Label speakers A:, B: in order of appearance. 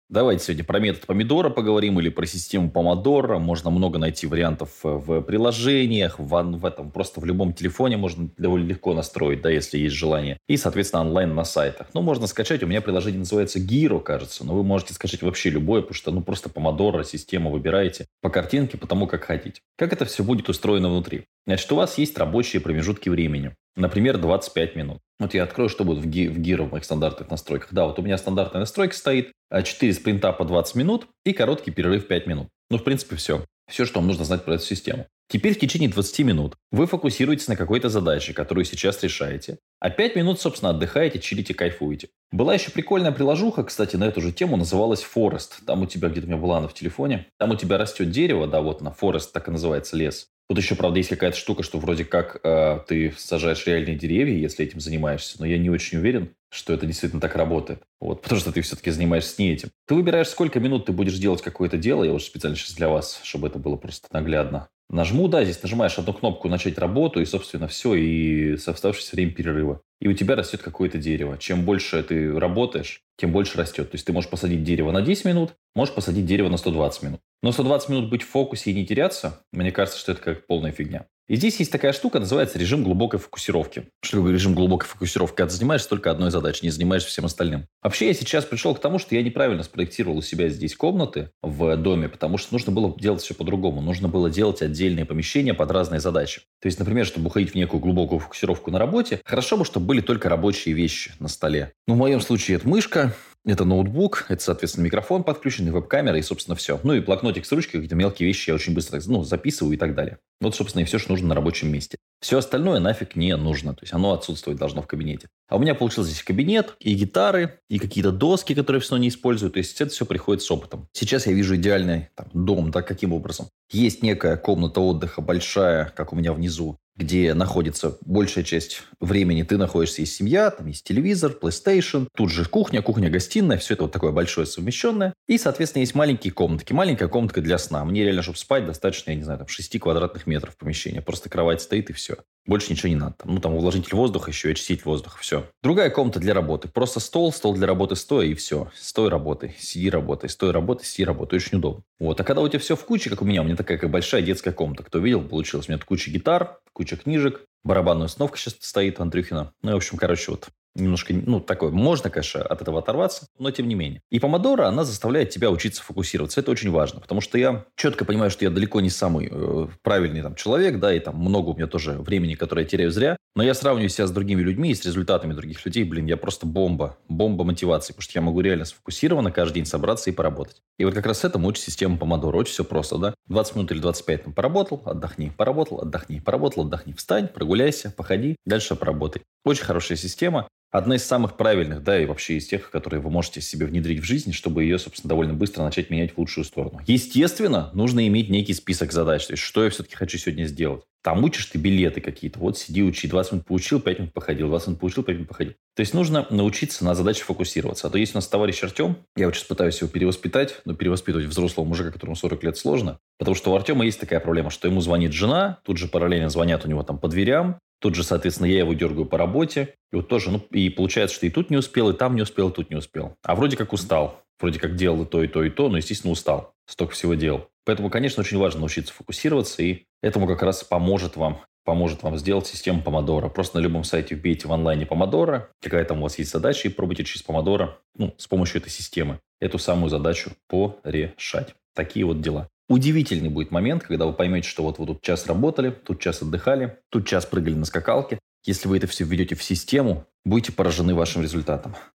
A: Давайте сегодня про метод помидора поговорим или про систему помодоро. Можно много найти вариантов в приложениях, в этом просто в любом телефоне можно довольно легко настроить, да, если есть желание. И, соответственно, онлайн на сайтах. Ну, можно скачать. У меня приложение называется Giro, кажется, но вы можете скачать вообще любое, потому что, просто помодоро, система выбираете по картинке, по тому, как хотите. Как это все будет устроено внутри? Значит, у вас есть рабочие промежутки времени. Например, 25 минут. Вот я открою, что будет в Giro в моих стандартных настройках. Да, вот у меня стандартная настройка стоит. 4 спринта по 20 минут и короткий перерыв 5 минут. Ну, в принципе, все. Все, что вам нужно знать про эту систему. Теперь в течение 20 минут вы фокусируетесь на какой-то задаче, которую сейчас решаете. А 5 минут, собственно, отдыхаете, чилите, кайфуете. Была еще прикольная приложуха, кстати, на эту же тему, называлась Forest. Там у тебя, где-то у меня была она в телефоне, там у тебя растет дерево, да, вот на Forest, так и называется лес. Тут еще, правда, есть какая-то штука, что вроде как ты сажаешь реальные деревья, если этим занимаешься, но я не очень уверен, что это действительно так работает. Вот, потому что ты все-таки занимаешься не этим. Ты выбираешь, сколько минут ты будешь делать какое-то дело. Я уже специально сейчас для вас, чтобы это было просто наглядно. Нажму, да, здесь нажимаешь одну кнопку «Начать работу», и, собственно, все, и с оставшееся время перерыва. И у тебя растет какое-то дерево. Чем больше ты работаешь, тем больше растет. То есть ты можешь посадить дерево на 10 минут, можешь посадить дерево на 120 минут. Но 120 минут быть в фокусе и не теряться, мне кажется, что это как полная фигня. И здесь есть такая штука, называется режим глубокой фокусировки. Что такое режим глубокой фокусировки? Когда ты занимаешься только одной задачей, не занимаешься всем остальным. Вообще, я сейчас пришел к тому, что я неправильно спроектировал у себя здесь комнаты в доме, потому что нужно было делать все по-другому. Нужно было делать отдельные помещения под разные задачи. То есть, например, чтобы уходить в некую глубокую фокусировку на работе, хорошо бы, чтобы были только рабочие вещи на столе. Ну, в моем случае это мышка, это ноутбук, это, соответственно, микрофон подключенный, веб-камера и, собственно, все. Ну и блокнотик с ручкой, какие-то мелкие вещи я очень быстро записываю и так далее. Вот, собственно, и все, что нужно на рабочем месте. Все остальное нафиг не нужно. То есть оно отсутствовать должно в кабинете. А у меня получился здесь кабинет, и гитары, и какие-то доски, которые все равно не использую. То есть это все приходит с опытом. Сейчас я вижу идеальный дом, да, каким образом. Есть некая комната отдыха большая, как у меня внизу, где находится большая часть времени, ты находишься, есть семья, там есть телевизор, PlayStation, тут же кухня, гостиная, все это вот такое большое совмещенное. И, соответственно, есть маленькие комнатки. Маленькая комнатка для сна. Мне реально, чтобы спать, достаточно, я не знаю, 6 квадратных метров помещения. Просто кровать стоит и все. Больше ничего не надо. Там увлажнитель воздуха еще и очиститель воздуха. Все. Другая комната для работы. Просто стол для работы стоя и все. Стой, работай. Сиди, работай. Стой, работай, сиди, работай. Очень удобно. Вот. А когда у тебя все в куче, как у меня такая как большая детская комната. Кто видел, получилось. У меня тут куча гитар, куча книжек. Барабанная установка сейчас стоит Андрюхина. Ну, и, в общем, вот немножко, такое, можно, конечно, от этого оторваться, но тем не менее. И помодоро, она заставляет тебя учиться фокусироваться. Это очень важно, потому что я четко понимаю, что я далеко не самый правильный человек, да, и много у меня тоже времени, которое я теряю зря, но я сравниваю себя с другими людьми и с результатами других людей. Я просто бомба мотивации, потому что я могу реально сфокусированно каждый день собраться и поработать. И вот как раз этому учит система помодоро. Очень все просто, да. 20 минут или 25 поработал, отдохни, поработал, отдохни, поработал, отдохни. Встань, прогуляйся, походи, дальше поработай. Очень хорошая система. Одна из самых правильных, да, и вообще из тех, которые вы можете себе внедрить в жизнь, чтобы ее, собственно, довольно быстро начать менять в лучшую сторону. Естественно, нужно иметь некий список задач. То есть, что я все-таки хочу сегодня сделать. Там учишь ты билеты какие-то. Вот сиди, учи. 20 минут поучил, 5 минут походил. 20 минут поучил, 5 минут походил. То есть, нужно научиться на задаче фокусироваться. А то есть у нас товарищ Артем, я вот сейчас пытаюсь его перевоспитать, но перевоспитывать взрослого мужика, которому 40 лет, сложно. Потому что у Артема есть такая проблема, что ему звонит жена, тут же параллельно звонят у него по дверям, тут же, соответственно, я его дергаю по работе. И вот тоже, и получается, что и тут не успел, и там не успел, и тут не успел. А вроде как устал. Вроде как делал и то, и то, и то, но, естественно, устал. Столько всего делал. Поэтому, конечно, очень важно научиться фокусироваться, и этому как раз поможет вам сделать систему помодоро. Просто на любом сайте вбейте в онлайне помодоро, какая там у вас есть задача, и пробуйте через помодоро, с помощью этой системы, эту самую задачу порешать. Такие вот дела. Удивительный будет момент, когда вы поймете, что вот вы тут час работали, тут час отдыхали, тут час прыгали на скакалке. Если вы это все введете в систему, будете поражены вашим результатом.